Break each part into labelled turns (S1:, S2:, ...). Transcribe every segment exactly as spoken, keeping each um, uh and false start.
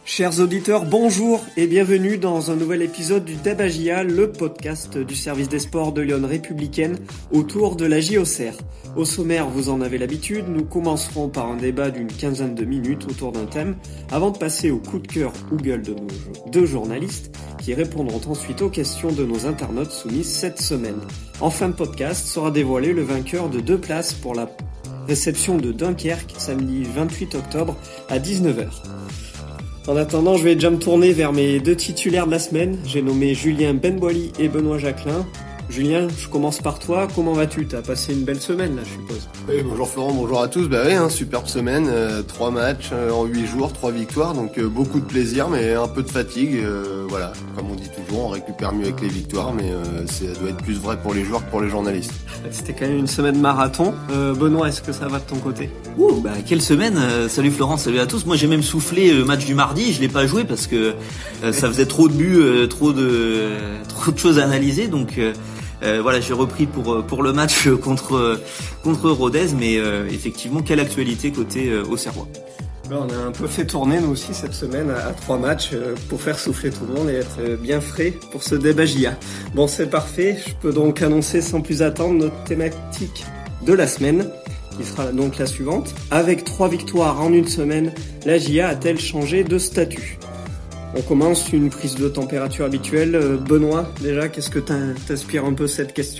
S1: Chers auditeurs, bonjour et bienvenue dans un nouvel épisode du Debagia, le podcast du service des sports de Lyon Républicaine autour de la J O C R. Au sommaire, vous en avez l'habitude, nous commencerons par un débat d'une quinzaine de minutes autour d'un thème, avant de passer au coup de cœur ou gueule de nos deux journalistes, qui répondront ensuite aux questions de nos internautes soumises cette semaine. En fin de podcast, sera dévoilé le vainqueur de deux places pour la réception de Dunkerque, samedi vingt-huit octobre à dix-neuf heures. En attendant, je vais déjà me tourner vers mes deux titulaires de la semaine. J'ai nommé Julien Benboili et Benoît Jacquelin. Julien, je commence par toi. Comment vas-tu ? T'as passé une belle semaine là, je suppose.
S2: Oui, bonjour Florent, bonjour à tous. Bah oui, hein, superbe semaine, euh, trois matchs euh, en huit jours, trois victoires, donc euh, beaucoup de plaisir, mais un peu de fatigue. Euh, voilà, comme on dit toujours, on récupère mieux avec les victoires, mais euh, ça doit être plus vrai pour les joueurs que pour les journalistes.
S1: C'était quand même une semaine marathon. Euh, Benoît, est-ce que ça va de ton côté ?
S3: Ouh, bah quelle semaine. euh, Salut Florent, salut à tous. Moi j'ai même soufflé le match du mardi, je l'ai pas joué parce que euh, ça faisait trop de buts, euh, trop de euh, trop de choses à analyser, donc euh, euh, voilà, j'ai repris pour pour le match contre contre Rodez, mais euh, effectivement quelle actualité côté euh, Auxerrois.
S1: On a un peu fait tourner nous aussi cette semaine à, à trois matchs euh, pour faire souffler tout le monde et être euh, bien frais pour ce débat J A. Bon, c'est parfait, je peux donc annoncer sans plus attendre notre thématique de la semaine, qui sera donc la suivante. Avec trois victoires en une semaine, la J A a-t-elle changé de statut ? On commence une prise de température habituelle. Euh, Benoît, déjà, qu'est-ce que t'inspire un peu cette question ?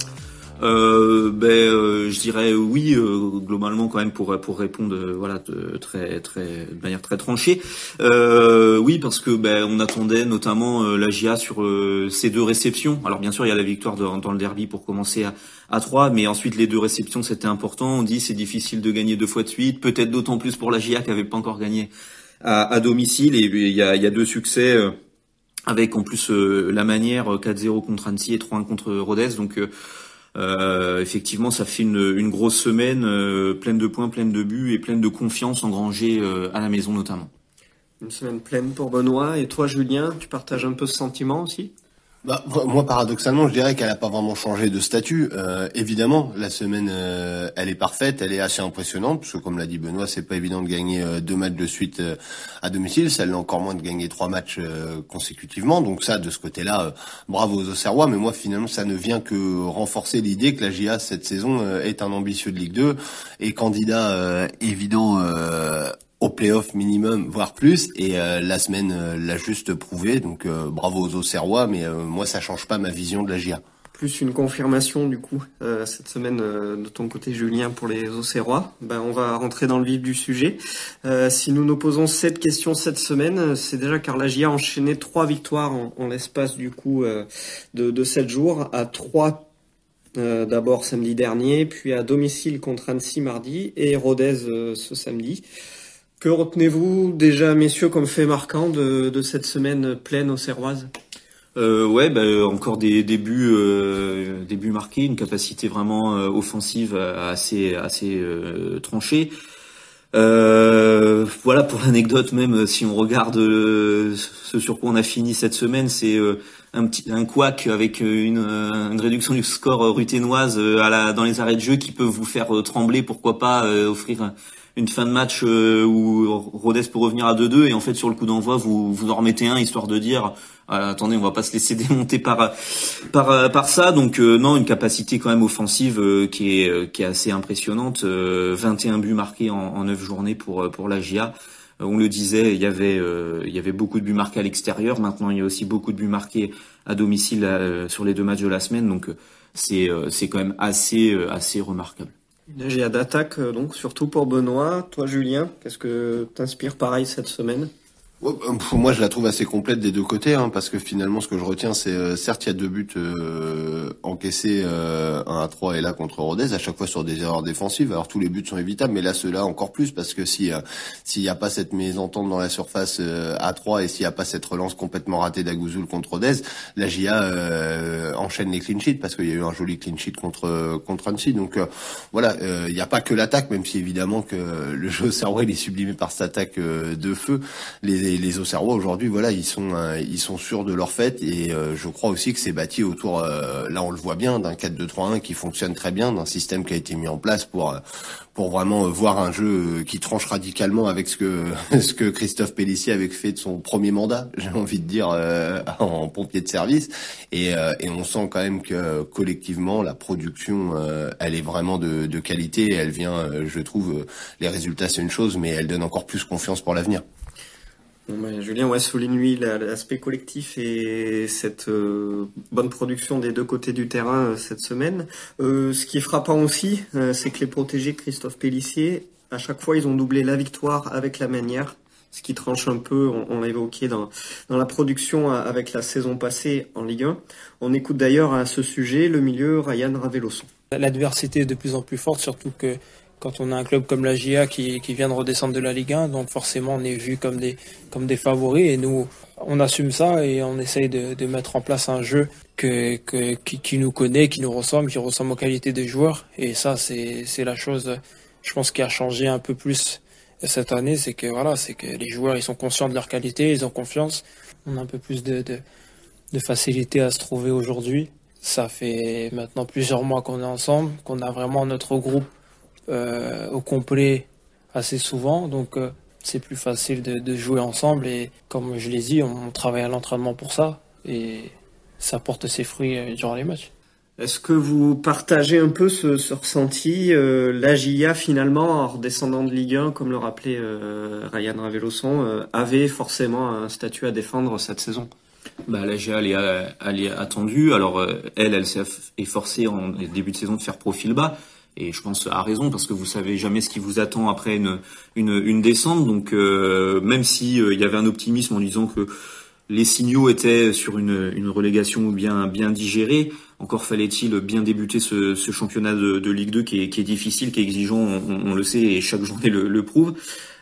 S3: Euh, ben, euh, je dirais oui, euh, globalement quand même pour pour répondre, euh, voilà, de, très très de manière très tranchée. Euh, oui, parce que ben on attendait notamment euh, la J A sur euh, ces deux réceptions. Alors bien sûr, il y a la victoire de, dans le derby pour commencer à à trois, mais ensuite les deux réceptions c'était important. On dit c'est difficile de gagner deux fois de suite, peut-être d'autant plus pour la J A qui avait pas encore gagné à, à domicile. Et il y a il y a deux succès. Euh, avec en plus euh, la manière quatre zéro contre Annecy et trois un contre Rodez, donc euh, Euh, effectivement, ça fait une, une grosse semaine euh, pleine de points, pleine de buts et pleine de confiance engrangée euh, à la maison notamment.
S1: Une semaine pleine pour Benoît. Et toi, Julien, tu partages un peu ce sentiment aussi ?
S2: Bah, moi, paradoxalement, je dirais qu'elle n'a pas vraiment changé de statut. Euh, évidemment, la semaine, euh, elle est parfaite, elle est assez impressionnante, parce que comme l'a dit Benoît, c'est pas évident de gagner euh, deux matchs de suite euh, à domicile, ça l'est encore moins de gagner trois matchs euh, consécutivement. Donc ça, de ce côté-là, euh, bravo aux Auxerrois. Mais moi, finalement, ça ne vient que renforcer l'idée que la J A cette saison euh, est un ambitieux de Ligue deux et candidat euh, évident. Euh, au play-off minimum, voire plus, et euh, la semaine euh, l'a juste prouvé, donc euh, bravo aux Auxerrois, mais euh, moi ça change pas ma vision de la J A.
S1: Plus une confirmation du coup, euh, cette semaine euh, de ton côté Julien pour les Auxerrois. Ben, on va rentrer dans le vif du sujet. Euh, si nous nous posons cette question cette semaine, c'est déjà car la J A a enchaîné trois victoires en, en l'espace du coup euh, de, de sept jours, à trois euh, d'abord samedi dernier, puis à domicile contre Annecy mardi et Rodez euh, ce samedi. Que retenez-vous déjà, messieurs, comme fait marquant de, de cette semaine pleine auxerroise ?
S3: Euh, ouais, bah, encore des débuts, euh, débuts marqués, une capacité vraiment euh, offensive assez, assez euh, tranchée. Euh, voilà, pour l'anecdote même, si on regarde euh, ce sur quoi on a fini cette semaine, c'est euh, un petit un couac avec une, une réduction du score ruthénoise à la, dans les arrêts de jeu qui peut vous faire euh, trembler, pourquoi pas euh, offrir un, une fin de match euh, où Rodez peut revenir à deux deux et en fait sur le coup d'envoi vous vous en remettez un histoire de dire ah, attendez, on va pas se laisser démonter par par par ça. Donc euh, non, une capacité quand même offensive euh, qui est euh, qui est assez impressionnante. euh, vingt et un buts marqués en, en neuf journées pour pour la J A. Euh, on le disait, il y avait euh, il y avait beaucoup de buts marqués à l'extérieur. Maintenant, il y a aussi beaucoup de buts marqués à domicile euh, sur les deux matchs de la semaine. Donc euh, c'est euh, c'est quand même assez euh, assez remarquable.
S1: Une J A d'attaque, donc surtout pour Benoît. Toi, Julien, qu'est-ce que t'inspire pareil cette semaine ?
S2: Moi, je la trouve assez complète des deux côtés, hein, parce que finalement, ce que je retiens, c'est euh, certes, il y a deux buts euh, encaissés, euh, un à trois et là contre Rodez, à chaque fois sur des erreurs défensives. Alors tous les buts sont évitables, mais là, ceux-là encore plus, parce que si euh, s'il n'y a pas cette mésentente dans la surface euh, à trois et s'il n'y a pas cette relance complètement ratée d'Agouzoul contre Rodez, la J A euh, enchaîne les clean sheets, parce qu'il y a eu un joli clean sheet contre contre Annecy. Donc euh, voilà, euh, il n'y a pas que l'attaque, même si évidemment que le jeu auxerrois il est sublimé par cette attaque euh, de feu. Les les, les Auxerrois aujourd'hui, voilà, ils sont euh, ils sont sûrs de leur fête et euh, je crois aussi que c'est bâti autour, euh, là on le voit bien, d'un quatre deux trois un qui fonctionne très bien, d'un système qui a été mis en place pour pour vraiment voir un jeu qui tranche radicalement avec ce que ce que Christophe Pélissier avait fait de son premier mandat, j'ai envie de dire, euh, en pompier de service. Et, euh, et on sent quand même que collectivement la production, euh, elle est vraiment de, de qualité. Et elle vient, euh, je trouve, les résultats c'est une chose, mais elle donne encore plus confiance pour l'avenir.
S1: Bon ben, Julien, ouais, souligne-lui l'aspect collectif et cette euh, bonne production des deux côtés du terrain euh, cette semaine. Euh, ce qui est frappant aussi, euh, c'est que les protégés Christophe Pélissier, à chaque fois, ils ont doublé la victoire avec la manière, ce qui tranche un peu, on, on l'a évoqué dans, dans la production avec la saison passée en Ligue un. On écoute d'ailleurs à ce sujet le milieu Ryan Raveloso.
S4: L'adversité est de plus en plus forte, surtout que quand on a un club comme la J A qui, qui vient de redescendre de la Ligue un, donc forcément on est vu comme des, comme des favoris et nous on assume ça et on essaye de, de mettre en place un jeu que, que, qui, qui nous connaît, qui nous ressemble, qui ressemble aux qualités des joueurs et ça c'est, c'est la chose, je pense, qui a changé un peu plus cette année, c'est que voilà, c'est que les joueurs ils sont conscients de leur qualité, ils ont confiance, on a un peu plus de, de, de facilité à se trouver aujourd'hui. Ça fait maintenant plusieurs mois qu'on est ensemble, qu'on a vraiment notre groupe Euh, au complet assez souvent, donc euh, c'est plus facile de, de jouer ensemble et comme je l'ai dit, on travaille à l'entraînement pour ça et ça porte ses fruits euh, durant les matchs.
S1: Est-ce que vous partagez un peu ce, ce ressenti, euh, la J A finalement en redescendant de Ligue un, comme le rappelait euh, Ryan Raveloso, euh, avait forcément un statut à défendre cette saison?
S3: Bah, la J A, elle est, elle est attendue, alors euh, elle, elle s'est efforcée en début de saison de faire profil bas. Et je pense à raison parce que vous savez jamais ce qui vous attend après une une, une descente. Donc euh, même si euh, il y avait un optimisme en disant que les signaux étaient sur une, une relégation bien bien digérée, encore fallait-il bien débuter ce, ce championnat de, de Ligue deux qui est, qui est difficile, qui est exigeant, on, on le sait et chaque journée le, le prouve.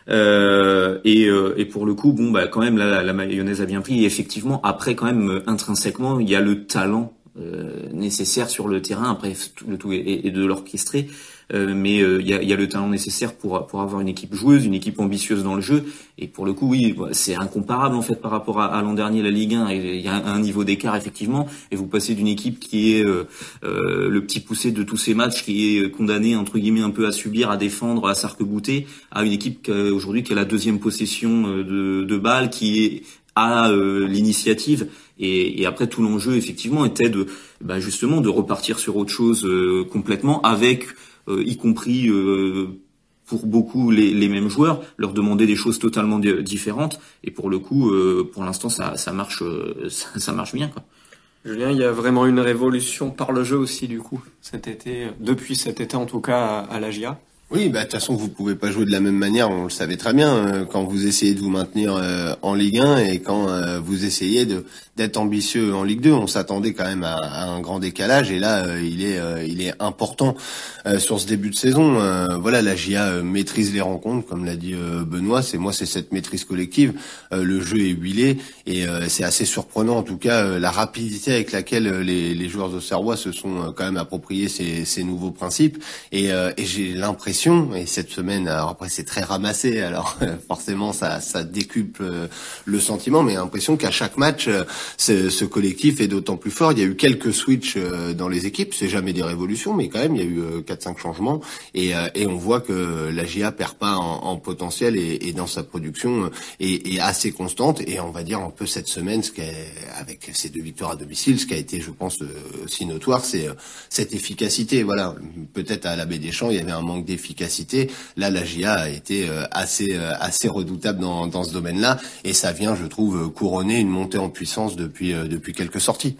S3: Euh, et, euh, et pour le coup, bon bah quand même là la, la mayonnaise a bien pris. Et effectivement après quand même intrinsèquement il y a le talent Euh, nécessaire sur le terrain, après le tout est, est de l'orchestrer, euh, mais il euh, y, a, y a le talent nécessaire pour pour avoir une équipe joueuse, une équipe ambitieuse dans le jeu, et pour le coup oui, c'est incomparable en fait par rapport à, à l'an dernier la Ligue un, il y a un niveau d'écart effectivement, et vous passez d'une équipe qui est euh, euh, le petit poussé de tous ces matchs, qui est condamné entre guillemets un peu à subir, à défendre, à s'arc-bouter, à une équipe qui, aujourd'hui qui a la deuxième possession de, de balle, qui est à euh, l'initiative et, et après tout l'enjeu effectivement était de bah, justement de repartir sur autre chose euh, complètement avec euh, y compris euh, pour beaucoup les, les mêmes joueurs, leur demander des choses totalement di- différentes et pour le coup euh, pour l'instant ça ça marche euh, ça, ça marche bien quoi.
S1: Julien, il y a vraiment une révolution par le jeu aussi du coup cet été, depuis cet été en tout cas à, à la J A.
S2: Oui, bah de toute façon vous pouvez pas jouer de la même manière, on le savait très bien euh, quand vous essayez de vous maintenir euh, en Ligue un et quand euh, vous essayez de d'être ambitieux en Ligue deux. On s'attendait quand même à, à un grand décalage et là euh, il est euh, il est important euh, sur ce début de saison. Euh, voilà, la J A euh, maîtrise les rencontres, comme l'a dit euh, Benoît. C'est moi, c'est cette maîtrise collective. Euh, le jeu est huilé et euh, c'est assez surprenant en tout cas euh, la rapidité avec laquelle euh, les, les joueurs auxerrois se sont euh, quand même appropriés ces, ces nouveaux principes et, euh, et j'ai l'impression. Et cette semaine, alors après c'est très ramassé, alors forcément ça, ça décuple le sentiment, mais l'impression qu'à chaque match, ce, ce collectif est d'autant plus fort. Il y a eu quelques switches dans les équipes, c'est jamais des révolutions, mais quand même il y a eu quatre cinq changements et, et on voit que la J A perd pas en, en potentiel et, et dans sa production est, est assez constante. Et on va dire un peu cette semaine, ce qu'est, avec ces deux victoires à domicile, ce qui a été, je pense, aussi notoire, c'est cette efficacité. Voilà, peut-être à la Baie des Champs, il y avait un manque d'efficacité. Efficacité. Là, la J A a été euh, assez euh, assez redoutable dans dans ce domaine-là, et ça vient, je trouve, couronner une montée en puissance depuis euh, depuis quelques sorties.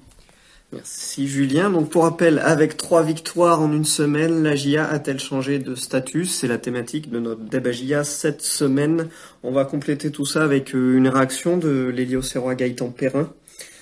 S1: Merci Julien. Donc pour rappel, avec trois victoires en une semaine, la J A a-t-elle changé de statut? C'est la thématique de notre débat J A cette semaine. On va compléter tout ça avec une réaction de l'ailier auxerrois Gaëtan Perrin,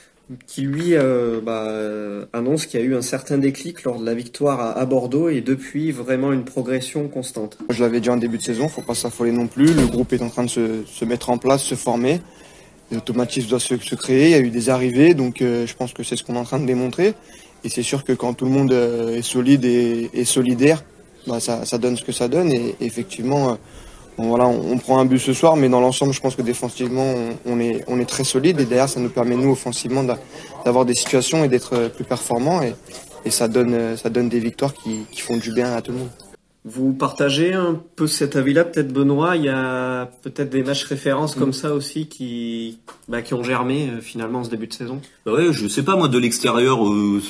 S1: qui lui euh, bah, euh, annonce qu'il y a eu un certain déclic lors de la victoire à, à Bordeaux et depuis vraiment une progression constante.
S5: Je l'avais dit en début de saison, faut pas s'affoler non plus, le groupe est en train de se, se mettre en place, se former, les automatismes doivent se, se créer, il y a eu des arrivées, donc euh, je pense que c'est ce qu'on est en train de démontrer et c'est sûr que quand tout le monde euh, est solide et, et solidaire, bah, ça, ça donne ce que ça donne et, et effectivement euh, Bon, voilà, on, on prend un but ce soir, mais dans l'ensemble, je pense que défensivement, on, on est, on est très solide et derrière, ça nous permet nous offensivement d'avoir des situations et d'être plus performants et, et ça donne, ça donne des victoires qui, qui font du bien à tout le monde.
S1: Vous partagez un peu cet avis-là, peut-être Benoît, il y a peut-être des matchs références mmh. comme ça aussi qui, bah, qui ont germé euh, finalement en ce début de saison.
S3: Bah ouais, je sais pas moi de l'extérieur. Euh...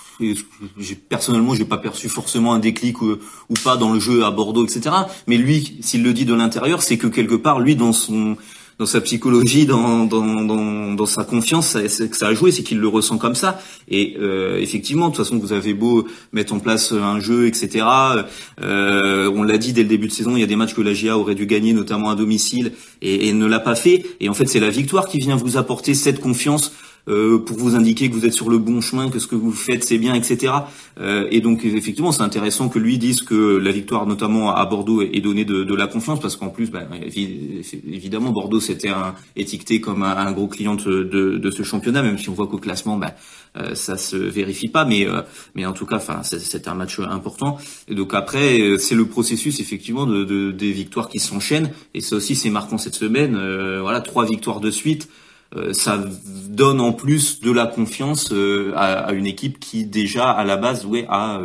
S3: J'ai, personnellement, j'ai pas perçu forcément un déclic ou, ou pas dans le jeu à Bordeaux, et cetera. Mais lui, s'il le dit de l'intérieur, c'est que quelque part, lui, dans son, dans sa psychologie, dans, dans, dans, dans sa confiance, ça, c'est que ça a joué, c'est qu'il le ressent comme ça. Et euh, effectivement, de toute façon, vous avez beau mettre en place un jeu, et cetera. Euh, on l'a dit dès le début de saison, il y a des matchs que la J A aurait dû gagner, notamment à domicile, et, et ne l'a pas fait. Et en fait, c'est la victoire qui vient vous apporter cette confiance. Euh, pour vous indiquer que vous êtes sur le bon chemin, que ce que vous faites c'est bien, et cetera. Euh, et donc effectivement c'est intéressant que lui dise que la victoire notamment à Bordeaux est donnée de, de la confiance, parce qu'en plus bah, évidemment Bordeaux c'était un, étiqueté comme un, un gros client de, de, de ce championnat, même si on voit qu'au classement bah, euh, ça se vérifie pas, mais euh, mais en tout cas enfin c'était un match important. Et donc après c'est le processus effectivement de, de des victoires qui s'enchaînent, et ça aussi c'est marquant cette semaine. Euh, voilà, trois victoires de suite. Euh, ça donne en plus de la confiance euh, à, à une équipe qui déjà à la base ouais, a,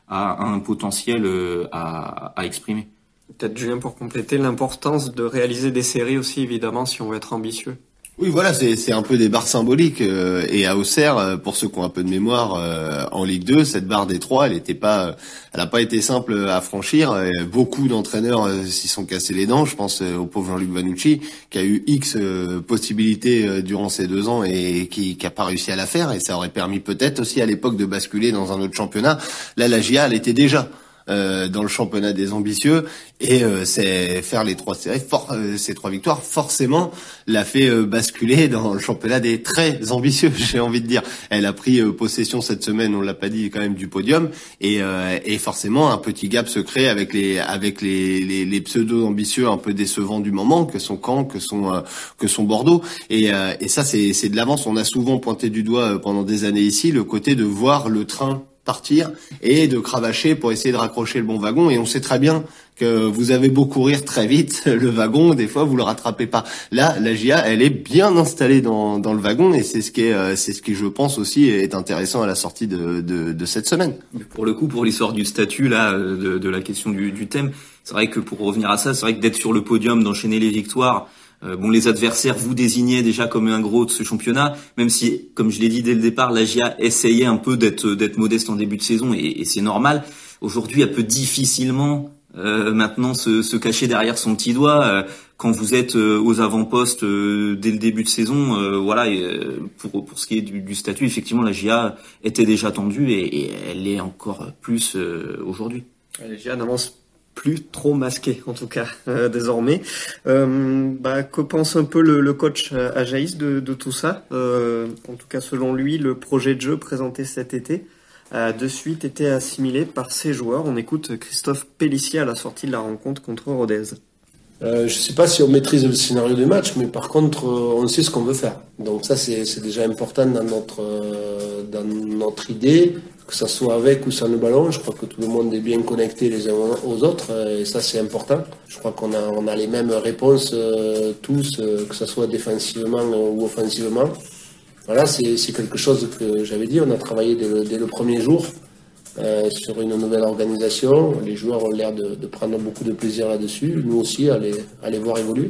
S3: a un potentiel euh, à, à exprimer.
S1: Peut-être Julien pour compléter l'importance de réaliser des séries aussi évidemment si on veut être ambitieux.
S2: Oui, voilà, c'est c'est un peu des barres symboliques euh, et à Auxerre, euh, pour ceux qui ont un peu de mémoire, euh, en Ligue deux, cette barre des trois, elle était pas, elle a pas été simple à franchir. Euh, beaucoup d'entraîneurs euh, s'y sont cassés les dents. Je pense euh, au pauvre Jean-Luc Vanucci qui a eu X euh, possibilités euh, durant ces deux ans et qui qui a pas réussi à la faire. Et ça aurait permis peut-être aussi à l'époque de basculer dans un autre championnat. Là, la J A, elle était déjà Euh, dans le championnat des ambitieux, et euh, c'est faire les trois séries, for, euh, ces trois victoires forcément l'a fait euh, basculer dans le championnat des très ambitieux, j'ai envie de dire. Elle a pris euh, possession cette semaine, on l'a pas dit quand même, du podium, et, euh, et forcément un petit gap se crée avec les avec les, les, les pseudo ambitieux un peu décevants du moment que sont Caen, que sont euh, que sont Bordeaux, et, euh, et ça c'est c'est de l'avance. On a souvent pointé du doigt euh, pendant des années ici le côté de voir le train partir et de cravacher pour essayer de raccrocher le bon wagon, et on sait très bien que vous avez beau courir très vite le wagon, des fois vous le rattrapez pas. Là, la J A, elle est bien installée dans dans le wagon, et c'est ce qui est euh, c'est ce qui je pense aussi est intéressant à la sortie de de, de cette semaine.
S3: Pour le coup, pour l'histoire du statut là, de, de la question du, du thème, c'est vrai que pour revenir à ça, c'est vrai que d'être sur le podium, d'enchaîner les victoires. Euh, bon, les adversaires vous désignaient déjà comme un gros de ce championnat, même si, comme je l'ai dit dès le départ, la J A essayait un peu d'être d'être modeste en début de saison, et, et c'est normal. Aujourd'hui, elle peut difficilement euh, maintenant se, se cacher derrière son petit doigt euh, quand vous êtes euh, aux avant-postes euh, dès le début de saison. Euh, voilà, et, euh, pour pour ce qui est du, du statut, effectivement, la J A était déjà tendue, et, et elle l'est encore plus euh, aujourd'hui.
S1: La J A n'avance plus trop masqué en tout cas euh, désormais. Euh, bah, que pense un peu le, le coach Ajaïs de, de tout ça? euh, En tout cas selon lui, le projet de jeu présenté cet été a de suite été assimilé par ses joueurs. On écoute Christophe Pélissier à la sortie de la rencontre contre Rodez.
S6: Euh, je ne sais pas si on maîtrise le scénario du match, mais par contre euh, on sait ce qu'on veut faire. Donc ça c'est, c'est déjà important dans notre, euh, dans notre idée, que ça soit avec ou sans le ballon. Je crois que tout le monde est bien connecté les uns aux autres, et ça c'est important. Je crois qu'on a, on a les mêmes réponses euh, tous, euh, que ce soit défensivement ou offensivement. Voilà, c'est, c'est quelque chose que j'avais dit, on a travaillé dès le, dès le premier jour euh, sur une nouvelle organisation. Les joueurs ont l'air de, de prendre beaucoup de plaisir là-dessus, nous aussi à les, à les voir évoluer.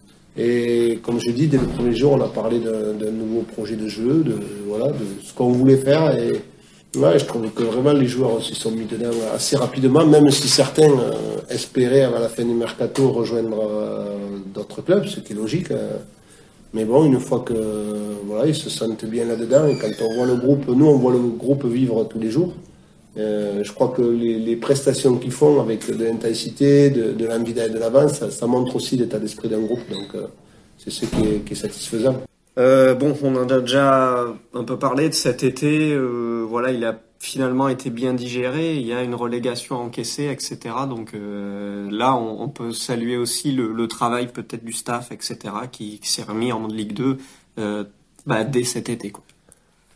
S6: Et comme je dis, dès le premier jour, on a parlé d'un, d'un nouveau projet de jeu, de, voilà, de ce qu'on voulait faire, et ouais, je trouve que vraiment les joueurs se sont mis dedans assez rapidement, même si certains euh, espéraient à la fin du mercato rejoindre euh, d'autres clubs, ce qui est logique. Euh, mais bon, une fois que euh, voilà, ils se sentent bien là-dedans, et quand on voit le groupe, nous on voit le groupe vivre tous les jours. Euh, je crois que les, les prestations qu'ils font avec de l'intensité, de, de l'envie d'aller de l'avant, ça, ça montre aussi l'état d'esprit d'un groupe. Donc euh, c'est ce qui est, qui est satisfaisant.
S1: Euh, bon, on en a déjà un peu parlé de cet été. Euh, voilà, il a finalement été bien digéré. Il y a une relégation encaissée, et cetera. Donc euh, là, on, on peut saluer aussi le, le travail peut-être du staff, et cetera, qui, qui s'est remis en Ligue deux euh, bah, dès cet été, quoi.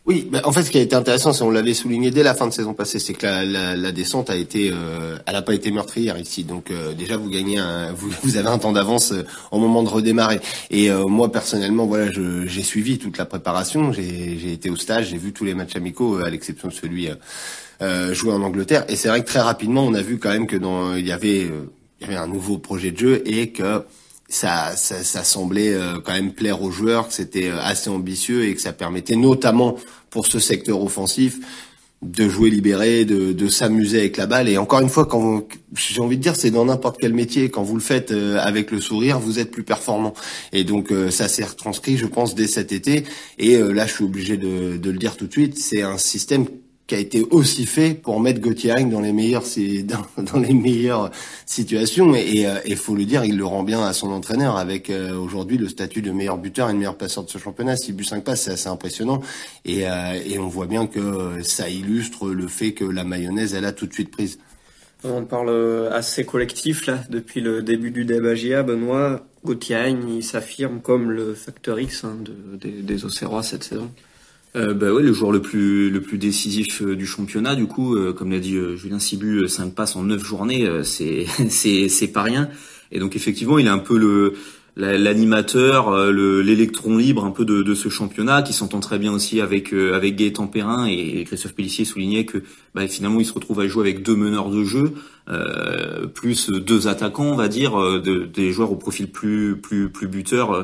S2: Oui, bah en fait, ce qui a été intéressant, c'est on l'avait souligné dès la fin de saison passée, c'est que la, la, la descente a été, euh, elle a pas été meurtrière ici. Donc euh, déjà, vous gagnez, un, vous, vous avez un temps d'avance euh, au moment de redémarrer. Et euh, moi personnellement, voilà, je, j'ai suivi toute la préparation. J'ai, j'ai été au stage, j'ai vu tous les matchs amicaux, euh, à l'exception de celui euh, euh, joué en Angleterre. Et c'est vrai que très rapidement, on a vu quand même que dans, il y avait, euh, il y avait un nouveau projet de jeu et que Ça, ça, ça semblait euh, quand même plaire aux joueurs, que c'était euh, assez ambitieux et que ça permettait notamment pour ce secteur offensif de jouer libéré, de, de s'amuser avec la balle. Et encore une fois, quand vous, j'ai envie de dire, c'est dans n'importe quel métier, quand vous le faites euh, avec le sourire, vous êtes plus performant. Et donc euh, ça s'est retranscrit, je pense, dès cet été. Et euh, là, je suis obligé de, de le dire tout de suite, c'est un système qui a été aussi fait pour mettre Gauthier dans les meilleures dans, dans les meilleures situations et il faut le dire, il le rend bien à son entraîneur avec euh, aujourd'hui le statut de meilleur buteur et de meilleur passeur de ce championnat. six buts, cinq passes, c'est assez impressionnant et, euh, et on voit bien que ça illustre le fait que la mayonnaise elle a tout de suite prise.
S1: On parle assez collectif là depuis le début du débat J A. Benoît, Gauthier il s'affirme comme le facteur X hein, de, des, des Auxerrois cette saison.
S3: Euh, bah ouais, le joueur le plus le plus décisif euh, du championnat. Du coup, euh, comme l'a dit euh, Julien, six buts, cinq passes en neuf journées, euh, c'est c'est c'est pas rien. Et donc effectivement, il est un peu le la, l'animateur, euh, le l'électron libre un peu de de ce championnat, qui s'entend très bien aussi avec euh, avec Gaëtan Perrin et, et Christophe Pélissier soulignait que bah, finalement il se retrouve à jouer avec deux meneurs de jeu. Euh, plus deux attaquants, on va dire, de, des joueurs au profil plus plus plus buteur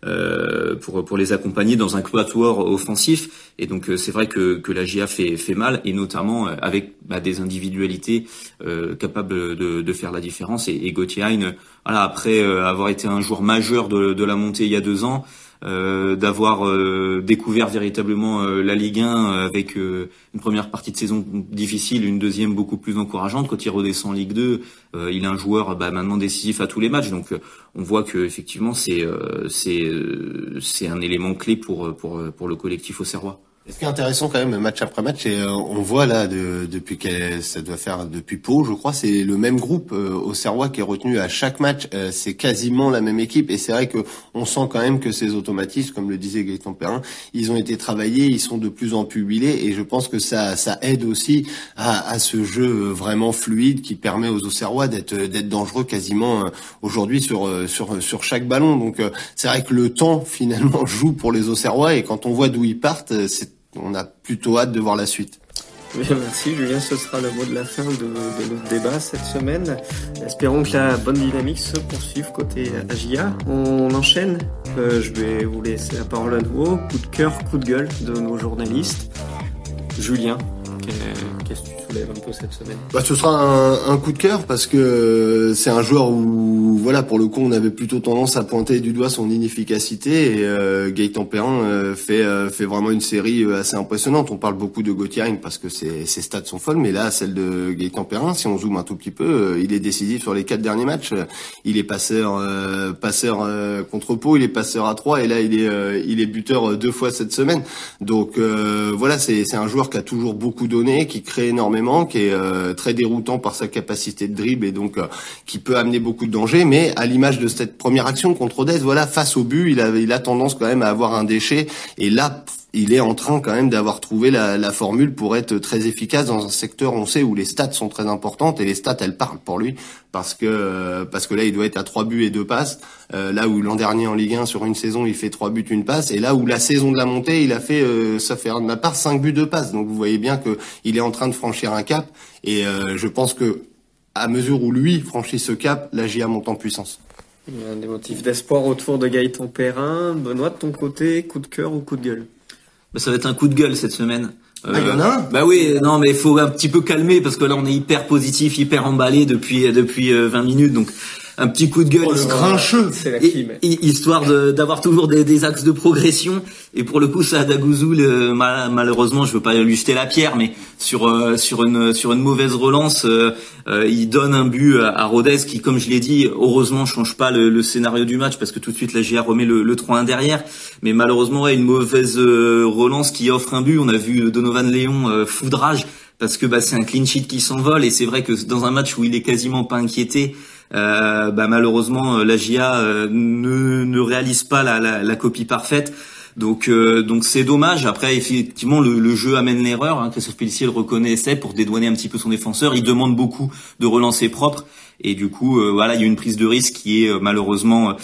S3: euh, pour pour les accompagner dans un quatuor offensif. Et donc c'est vrai que que la J A fait fait mal et notamment avec bah, des individualités euh, capables de de faire la différence. Et, et Gauthier Hein, voilà, après euh, avoir été un joueur majeur de de la montée il y a deux ans. Euh, d'avoir euh, découvert véritablement euh, la Ligue un avec euh, une première partie de saison difficile, une deuxième beaucoup plus encourageante. Quand il redescend en Ligue deux, euh, il est un joueur bah, maintenant décisif à tous les matchs. Donc euh, on voit que effectivement c'est euh, c'est euh, c'est un élément clé pour pour pour le collectif auxerrois.
S2: Ce qui est intéressant quand même match après match, et euh, on voit là de, depuis qu'elle, ça doit faire depuis Pau, je crois, c'est le même groupe euh, auxerrois qui est retenu à chaque match. Euh, c'est quasiment la même équipe, et c'est vrai que on sent quand même que ces automatismes, comme le disait Gaëtan Perrin, ils ont été travaillés, ils sont de plus en plus huilés, et je pense que ça ça aide aussi à, à ce jeu vraiment fluide qui permet aux auxerrois d'être d'être dangereux quasiment euh, aujourd'hui sur sur sur chaque ballon. Donc euh, c'est vrai que le temps finalement joue pour les auxerrois, et quand on voit d'où ils partent, c'est on a plutôt hâte de voir la suite.
S1: Bien, merci Julien, ce sera le mot de la fin de, de notre débat cette semaine. Espérons que la bonne dynamique se poursuive côté A J A. On enchaîne, euh, je vais vous laisser la parole à nouveau. Coup de cœur, coup de gueule de nos journalistes. Julien, qu'est-ce que tu soulèves un peu cette semaine?
S2: Bah, ce sera un, un coup de cœur parce que c'est un joueur où, voilà, pour le coup, on avait plutôt tendance à pointer du doigt son inefficacité, et euh, Gaëtan Perrin euh, fait euh, fait vraiment une série assez impressionnante. On parle beaucoup de Gauthier parce que ses, ses stats sont folles, mais là, celle de Gaëtan Perrin, si on zoome un tout petit peu, euh, il est décisif sur les quatre derniers matchs. Il est passeur euh, passeur euh, contre Pau, il est passeur à trois, et là, il est euh, il est buteur deux fois cette semaine. Donc euh, voilà, c'est c'est un joueur qui a toujours beaucoup donné, qui crée énormément, qui est euh, très déroutant par sa capacité de dribble, et donc euh, qui peut amener beaucoup de danger. Mais à l'image de cette première action contre Rodez, voilà, face au but, il a il a tendance quand même à avoir un déchet, et là il est en train quand même d'avoir trouvé la, la formule pour être très efficace dans un secteur, on sait, où les stats sont très importantes, et les stats elles parlent pour lui, parce que euh, parce que là il doit être à trois buts et deux passes, euh, là où l'an dernier en Ligue un sur une saison il fait trois buts une passe, et là où la saison de la montée il a fait, euh, ça fait de ma part, cinq buts deux passes. Donc vous voyez bien que il est en train de franchir un cap, et euh, je pense que à mesure où lui franchit ce cap, la J A monte en puissance.
S1: Il y a des motifs d'espoir autour de Gaëtan Perrin. Benoît, de ton côté, coup de cœur ou coup de gueule?
S3: Bah, ça va être un coup de gueule cette semaine.
S2: Euh, ah, il y en a un?
S3: Bah oui, non, mais il faut un petit peu calmer, parce que là on est hyper positif, hyper emballé depuis depuis vingt minutes, donc un petit coup de gueule.
S2: Oh, le grincheux.
S1: C'est la clim.
S3: Et, histoire de, d'avoir toujours des, des axes de progression. Et pour le coup, ça, Dagouzou, le, mal, malheureusement, je veux pas lui jeter la pierre, mais sur euh, sur une sur une mauvaise relance, euh, euh, il donne un but à, à Rodez qui, comme je l'ai dit, heureusement change pas le, le scénario du match, parce que tout de suite la J A remet le, le trois un derrière. Mais malheureusement, ouais, une mauvaise euh, relance qui offre un but. On a vu Donovan Léon euh, foudrage, parce que bah c'est un clean sheet qui s'envole, et c'est vrai que dans un match où il est quasiment pas inquiété, Euh, bah malheureusement la J A euh, ne, ne réalise pas la, la, la copie parfaite. Donc euh, donc c'est dommage. Après effectivement le, le jeu amène l'erreur. Hein. Christophe Pellissier le reconnaissait pour dédouaner un petit peu son défenseur. Il demande beaucoup de relancer propre et du coup euh, voilà il y a une prise de risque qui est euh, malheureusement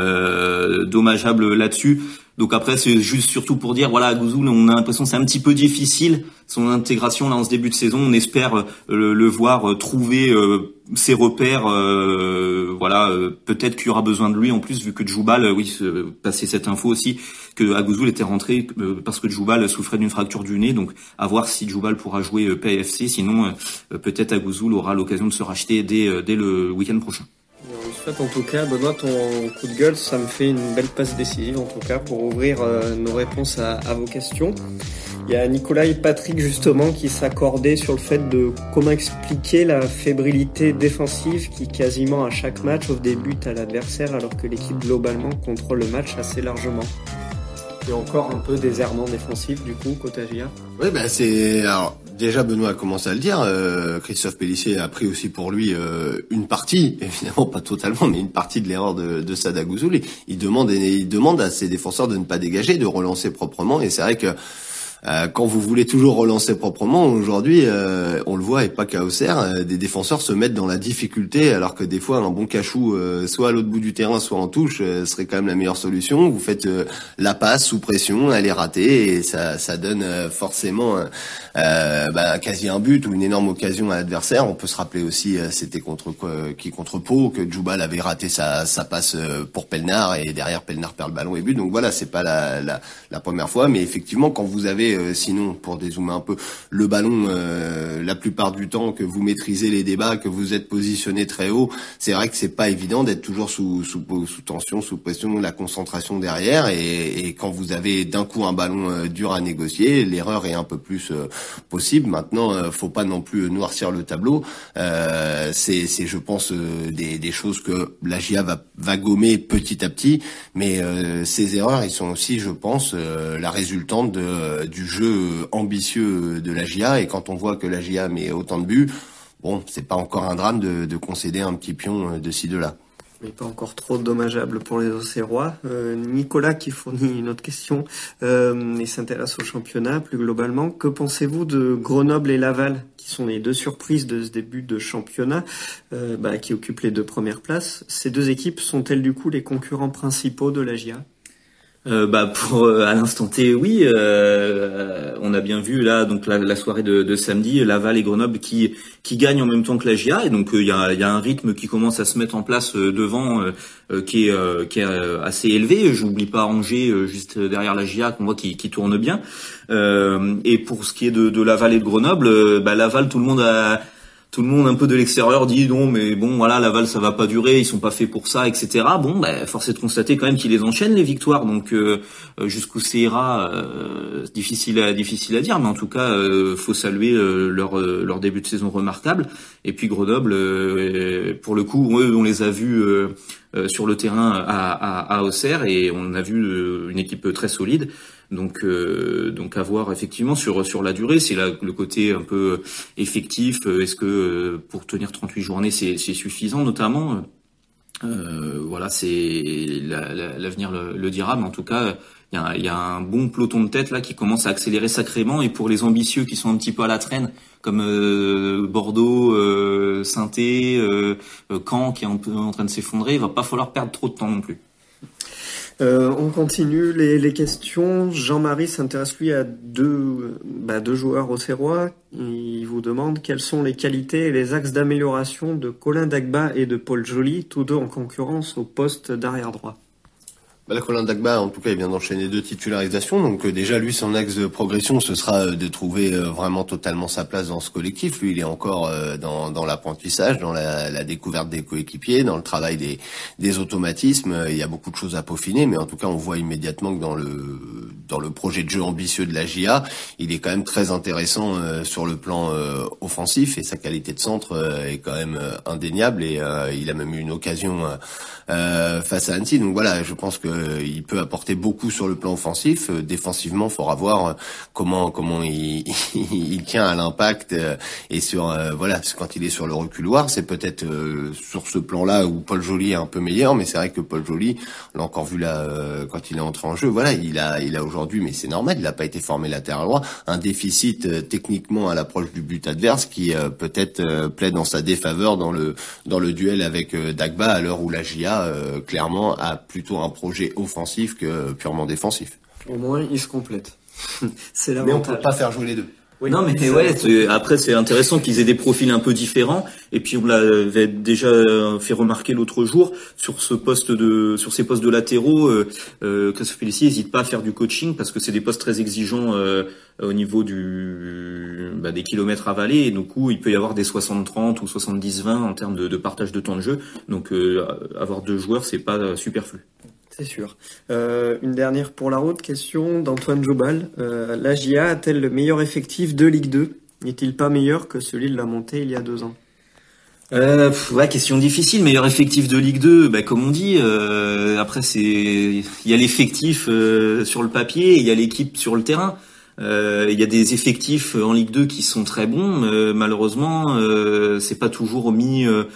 S3: euh, dommageable là-dessus. Donc après c'est juste surtout pour dire voilà Agouzou on a l'impression que c'est un petit peu difficile son intégration là en ce début de saison. On espère euh, le, le voir euh, trouver euh, ses repères. Euh, voilà euh, peut-être qu'il y aura besoin de lui en plus vu que Djoubal euh, oui euh, passer cette info aussi que Agouzou était rentré euh, parce que Djoubal souffrait d'une fracture du nez. Donc à voir si Djoubal pourra jouer euh, P F C. Sinon euh, peut-être Agouzou aura l'occasion de se racheter dès euh, dès le week-end prochain.
S1: On lui souhaite en tout cas, Benoît, ton coup de gueule, ça me fait une belle passe décisive en tout cas pour ouvrir euh, nos réponses à, à vos questions. Il y a Nicolas et Patrick justement qui s'accordaient sur le fait de comment expliquer la fébrilité défensive qui quasiment à chaque match offre des buts à l'adversaire alors que l'équipe globalement contrôle le match assez largement. Il y a encore un peu des errements défensifs du coup côté A G A.
S2: Oui, ben c'est alors déjà Benoît a commencé à le dire. Euh, Christophe Pellissier a pris aussi pour lui euh, une partie, évidemment pas totalement, mais une partie de l'erreur de, de Sada Gouzouli. Il demande, il demande à ses défenseurs de ne pas dégager, de relancer proprement. Et c'est vrai que Euh, quand vous voulez toujours relancer proprement, aujourd'hui, euh, on le voit et pas qu'à Auxerre, euh, des défenseurs se mettent dans la difficulté, alors que des fois un bon cachou, euh, soit à l'autre bout du terrain, soit en touche, euh, serait quand même la meilleure solution. Vous faites euh, la passe sous pression, elle est ratée et ça, ça donne euh, forcément euh, bah, quasi un but ou une énorme occasion à l'adversaire. On peut se rappeler aussi, euh, c'était contre euh, qui contre Pau, que Djoubal avait raté sa, sa passe euh, pour Pelnard et derrière Pelnard perd le ballon et but. Donc voilà, c'est pas la, la, la première fois, mais effectivement quand vous avez Euh, sinon, pour dézoomer un peu, le ballon, euh, la plupart du temps, que vous maîtrisez les débats, que vous êtes positionné très haut, c'est vrai que c'est pas évident d'être toujours sous, sous, sous tension, sous pression, la concentration derrière. Et, et quand vous avez d'un coup un ballon euh, dur à négocier, l'erreur est un peu plus euh, possible. Maintenant, euh, faut pas non plus noircir le tableau. Euh, c'est, c'est, je pense, euh, des, des choses que la J A va, va gommer petit à petit. Mais euh, ces erreurs, ils sont aussi, je pense, euh, la résultante de, du jeu ambitieux de la J A. Et quand on voit que la J A met autant de buts, bon, c'est pas encore un drame de, de concéder un petit pion de ci de là.
S1: Mais pas encore trop dommageable pour les Auxerrois. Euh, Nicolas qui fournit une autre question euh, et s'intéresse au championnat plus globalement. Que pensez-vous de Grenoble et Laval, qui sont les deux surprises de ce début de championnat, euh, bah, qui occupent les deux premières places? Ces deux équipes sont-elles du coup les concurrents principaux de la J A?
S3: Euh, bah pour euh, à l'instant T, oui, euh, on a bien vu là donc la, la soirée de, de samedi, Laval et Grenoble qui qui gagnent en même temps que la J A et donc il euh, y a il y a un rythme qui commence à se mettre en place euh, devant euh, qui est euh, qui est euh, assez élevé. J'oublie pas Angers euh, juste derrière la J A qu'on voit qui qui tourne bien. Euh, et pour ce qui est de, de Laval et de Grenoble, euh, bah Laval tout le monde a Tout le monde un peu de l'extérieur dit non mais bon voilà Laval ça va pas durer, ils sont pas faits pour ça, et cetera. Bon bah force est de constater quand même qu'ils les enchaînent les victoires, donc euh, jusqu'où ça ira, euh, difficile à difficile à dire, mais en tout cas euh, faut saluer euh, leur euh, leur début de saison remarquable. Et puis Grenoble, euh, pour le coup eux, on les a vus euh, euh, sur le terrain à, à, à Auxerre et on a vu euh, une équipe très solide. Donc, euh, donc à voir effectivement sur sur la durée, c'est la, le côté un peu effectif. Est-ce que euh, pour tenir trente-huit journées, c'est, c'est suffisant, notamment euh, voilà, c'est la, la, l'avenir le, le dira, mais en tout cas, il y a, y a un bon peloton de tête là qui commence à accélérer sacrément. Et pour les ambitieux qui sont un petit peu à la traîne, comme euh, Bordeaux, euh, Saint-Étienne, euh, Caen, qui est un peu en train de s'effondrer, il va pas falloir perdre trop de temps non plus.
S1: Euh, on continue les, les questions. Jean-Marie s'intéresse lui à deux, bah, deux joueurs auxerrois. Il vous demande quelles sont les qualités et les axes d'amélioration de Colin Dagba et de Paul Joly, tous deux en concurrence au poste d'arrière droit.
S2: Bah, la Colin Dagba, en tout cas, il vient d'enchaîner deux titularisations. Donc euh, déjà, lui, son axe de progression, ce sera euh, de trouver euh, vraiment totalement sa place dans ce collectif. Lui, il est encore euh, dans, dans l'apprentissage, dans la, la découverte des coéquipiers, dans le travail des, des automatismes. Il y a beaucoup de choses à peaufiner, mais en tout cas, on voit immédiatement que dans le dans le projet de jeu ambitieux de la J A, il est quand même très intéressant euh, sur le plan euh, offensif et sa qualité de centre euh, est quand même euh, indéniable et euh, il a même eu une occasion euh, euh, face à Annecy. Donc voilà, je pense que euh, il peut apporter beaucoup sur le plan offensif. Euh, défensivement, il faudra voir euh, comment comment il, il tient à l'impact euh, et sur euh, voilà, quand il est sur le reculoir, c'est peut-être euh, sur ce plan-là où Paul Joly est un peu meilleur, mais c'est vrai que Paul Joly, on l'a encore vu là euh, quand il est entré en jeu, voilà, il a il a aujourd'hui, mais c'est normal, il n'a pas été formé latéral droit, un déficit euh, techniquement à l'approche du but adverse qui euh, peut-être euh, plaide dans sa défaveur dans le dans le duel avec euh, Dagba à l'heure où la J A euh, clairement a plutôt un projet offensif que purement défensif.
S1: Au moins, ils se complètent. C'est
S2: Mais on
S1: l'avantage.
S2: peut pas faire jouer les deux.
S3: Oui, non, mais ouais, c'est, après c'est intéressant qu'ils aient des profils un peu différents. Et puis on l'avait déjà fait remarquer l'autre jour sur ce poste de, sur ces postes de latéraux. Euh, euh, Christophe Pellissier n'hésite pas à faire du coaching parce que c'est des postes très exigeants euh, au niveau du, bah, des kilomètres avalés. Et du coup, il peut y avoir des soixante trente ou soixante-dix vingt en termes de, de partage de temps de jeu. Donc euh, avoir deux joueurs, c'est pas superflu.
S1: C'est sûr. Euh, une dernière pour la route, question d'Antoine Jobal. Euh, la J A a-t-elle le meilleur effectif de Ligue deux ? N'est-il pas meilleur que celui de la montée il y a deux ans ?
S3: Euh, pff, ouais, question difficile. Meilleur effectif de Ligue deux, bah, comme on dit. Euh, après, c'est il y a l'effectif euh, sur le papier, il y a l'équipe sur le terrain. Euh, il y a des effectifs en Ligue deux qui sont très bons. Euh, malheureusement, euh, c'est pas toujours mis euh,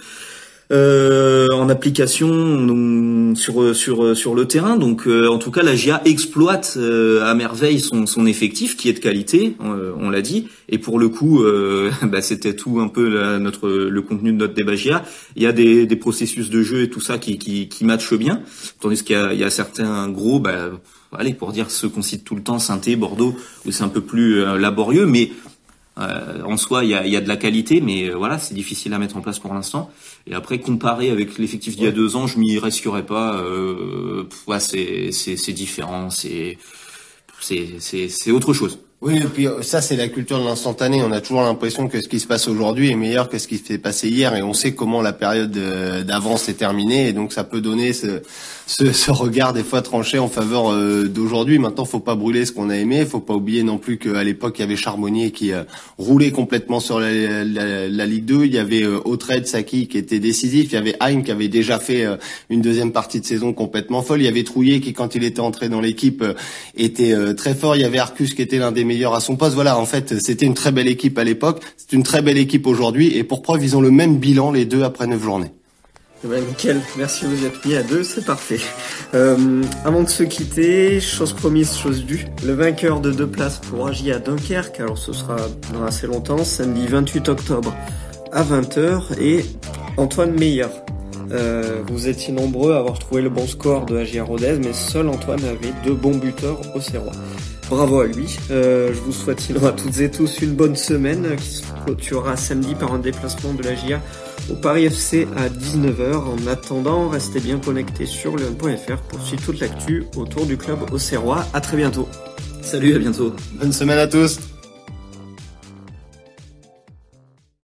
S3: Euh, en application donc, sur sur sur le terrain. Donc euh, en tout cas la J A exploite euh, à merveille son son effectif qui est de qualité, on, on l'a dit. Et pour le coup, euh, bah, c'était tout un peu la, notre le contenu de notre débat J A. Il y a des des processus de jeu et tout ça qui qui qui matchent bien, tandis qu'il y a il y a certains gros, bah allez pour dire ceux qu'on cite tout le temps, Saint-Étienne, Bordeaux, où c'est un peu plus euh, laborieux, mais Euh, en soi, il y a, il y a de la qualité, mais euh, voilà, c'est difficile à mettre en place pour l'instant. Et après, comparé avec l'effectif d'il y a deux ans, je m'y risquerais pas. Euh, ouais, c'est, c'est, c'est différent, c'est, c'est, c'est, c'est autre chose.
S2: Oui, et puis ça, c'est la culture de l'instantané. On a toujours l'impression que ce qui se passe aujourd'hui est meilleur que ce qui s'est passé hier, et on sait comment la période d'avant s'est terminée, et donc ça peut donner ce, ce, ce regard des fois tranché en faveur euh, d'aujourd'hui. Maintenant, faut pas brûler ce qu'on a aimé. Faut pas oublier non plus qu'à l'époque, il y avait Charbonnier qui euh, roulait complètement sur la, la, la Ligue deux. Il y avait euh, Autrette, Saki qui était décisif. Il y avait Haim qui avait déjà fait euh, une deuxième partie de saison complètement folle. Il y avait Trouillet qui, quand il était entré dans l'équipe, euh, était euh, très fort. Il y avait Arcus qui était l'un des meilleur à son poste. Voilà, en fait, c'était une très belle équipe à l'époque. C'est une très belle équipe aujourd'hui. Et pour preuve, ils ont le même bilan, les deux, après neuf journées.
S1: Eh ben, nickel. Merci, vous êtes mis à deux, c'est parfait. Euh, avant de se quitter, chose promise, chose due. Le vainqueur de deux places pour A J à Dunkerque, alors ce sera dans assez longtemps, samedi vingt-huit octobre à vingt heures, et Antoine Meyer. Euh, vous étiez nombreux à avoir trouvé le bon score de A J à Rodez, mais seul Antoine avait deux bons buteurs au Serrois. Bravo à lui. Euh, je vous souhaite sinon à toutes et tous une bonne semaine qui se clôturera samedi par un déplacement de la J A au Paris F C à dix-neuf heures. En attendant, restez bien connectés sur lyon point f r pour suivre toute l'actu autour du club auxerrois. À très bientôt.
S3: Salut, à bientôt.
S2: Bonne semaine à tous.